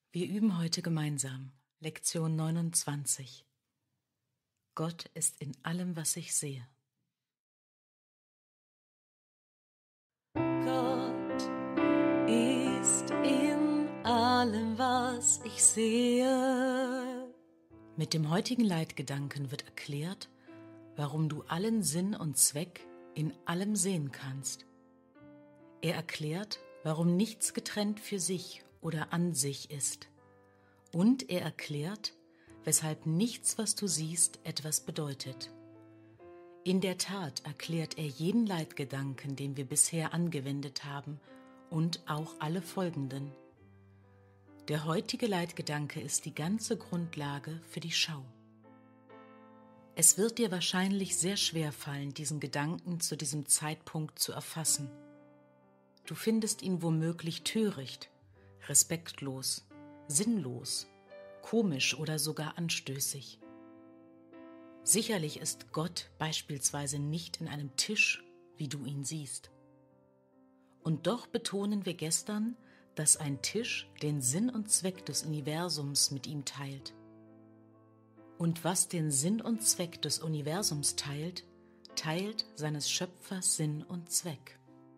Wir üben heute gemeinsam Lektion 29. Gott ist in allem, was ich sehe. Gott ist in allem, was ich sehe. Mit dem heutigen Leitgedanken wird erklärt, warum du allen Sinn und Zweck in allem sehen kannst. Er erklärt, warum nichts getrennt für sich oder an sich ist. Und er erklärt, weshalb nichts, was du siehst, etwas bedeutet. In der Tat erklärt er jeden Leitgedanken, den wir bisher angewendet haben, und auch alle folgenden. Der heutige Leitgedanke ist die ganze Grundlage für die Schau. Es wird dir wahrscheinlich sehr schwer fallen, diesen Gedanken zu diesem Zeitpunkt zu erfassen. Du findest ihn womöglich töricht, respektlos, sinnlos, komisch oder sogar anstößig. Sicherlich ist Gott beispielsweise nicht in einem Tisch, wie du ihn siehst. Und doch betonen wir gestern, dass ein Tisch den Sinn und Zweck des Universums mit ihm teilt. Und was den Sinn und Zweck des Universums teilt, teilt seines Schöpfers Sinn und Zweck.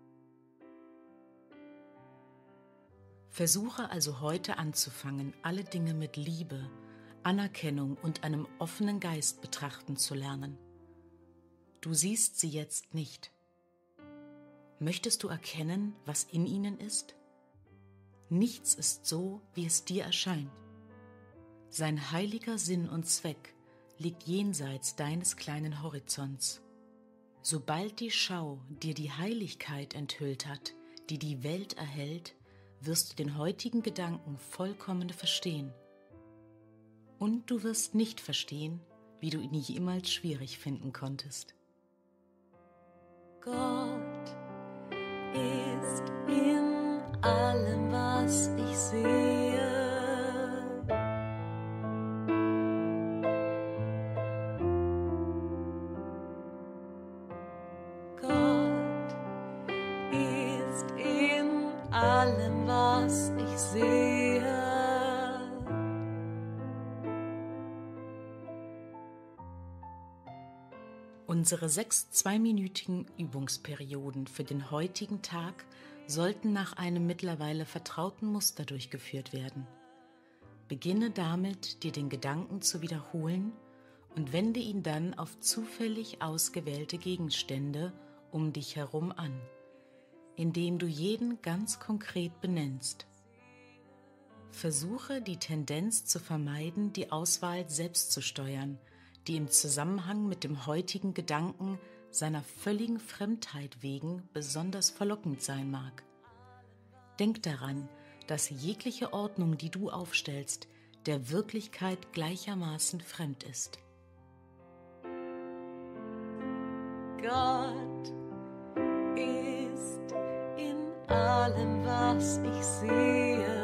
Versuche also heute anzufangen, alle Dinge mit Liebe, Anerkennung und einem offenen Geist betrachten zu lernen. Du siehst sie jetzt nicht. Möchtest du erkennen, was in ihnen ist? Nichts ist so, wie es dir erscheint. Sein heiliger Sinn und Zweck liegt jenseits deines kleinen Horizonts. Sobald die Schau dir die Heiligkeit enthüllt hat, die die Welt erhält, wirst du den heutigen Gedanken vollkommen verstehen. Und du wirst nicht verstehen, wie du ihn jemals schwierig finden konntest. Gott ist in allem, was ich sehe. Gott ist in allem, was ich sehe. Unsere 6 zweiminütigen Übungsperioden für den heutigen Tag sollten nach einem mittlerweile vertrauten Muster durchgeführt werden. Beginne damit, dir den Gedanken zu wiederholen und wende ihn dann auf zufällig ausgewählte Gegenstände um dich herum an, indem du jeden ganz konkret benennst. Versuche, die Tendenz zu vermeiden, die Auswahl selbst zu steuern, die im Zusammenhang mit dem heutigen Gedanken seiner völligen Fremdheit wegen besonders verlockend sein mag. Denk daran, dass jegliche Ordnung, die du aufstellst, der Wirklichkeit gleichermaßen fremd ist. Gott ist in allem, was ich sehe.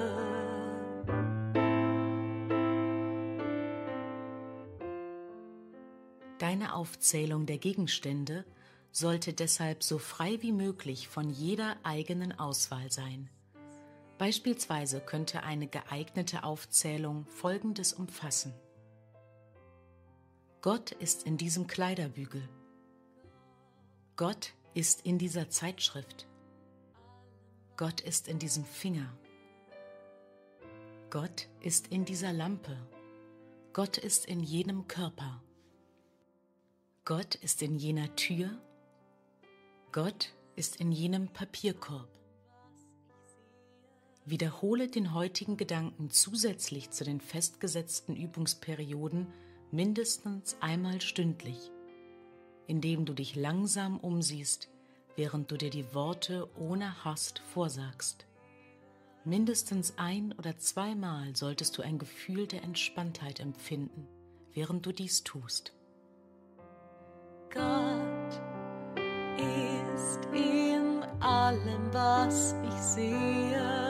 Deine Aufzählung der Gegenstände sollte deshalb so frei wie möglich von jeder eigenen Auswahl sein. Beispielsweise könnte eine geeignete Aufzählung Folgendes umfassen: Gott ist in diesem Kleiderbügel. Gott ist in dieser Zeitschrift. Gott ist in diesem Finger. Gott ist in dieser Lampe. Gott ist in jenem Körper. Gott ist in jener Tür. Gott ist in jenem Papierkorb. Wiederhole den heutigen Gedanken zusätzlich zu den festgesetzten Übungsperioden mindestens einmal stündlich, indem du dich langsam umsiehst, während du dir die Worte ohne Hast vorsagst. Mindestens 1- oder 2-mal solltest du ein Gefühl der Entspanntheit empfinden, während du dies tust. Gott ist in allem, was ich sehe.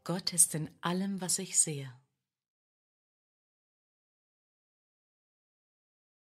Gott ist in allem, was ich sehe.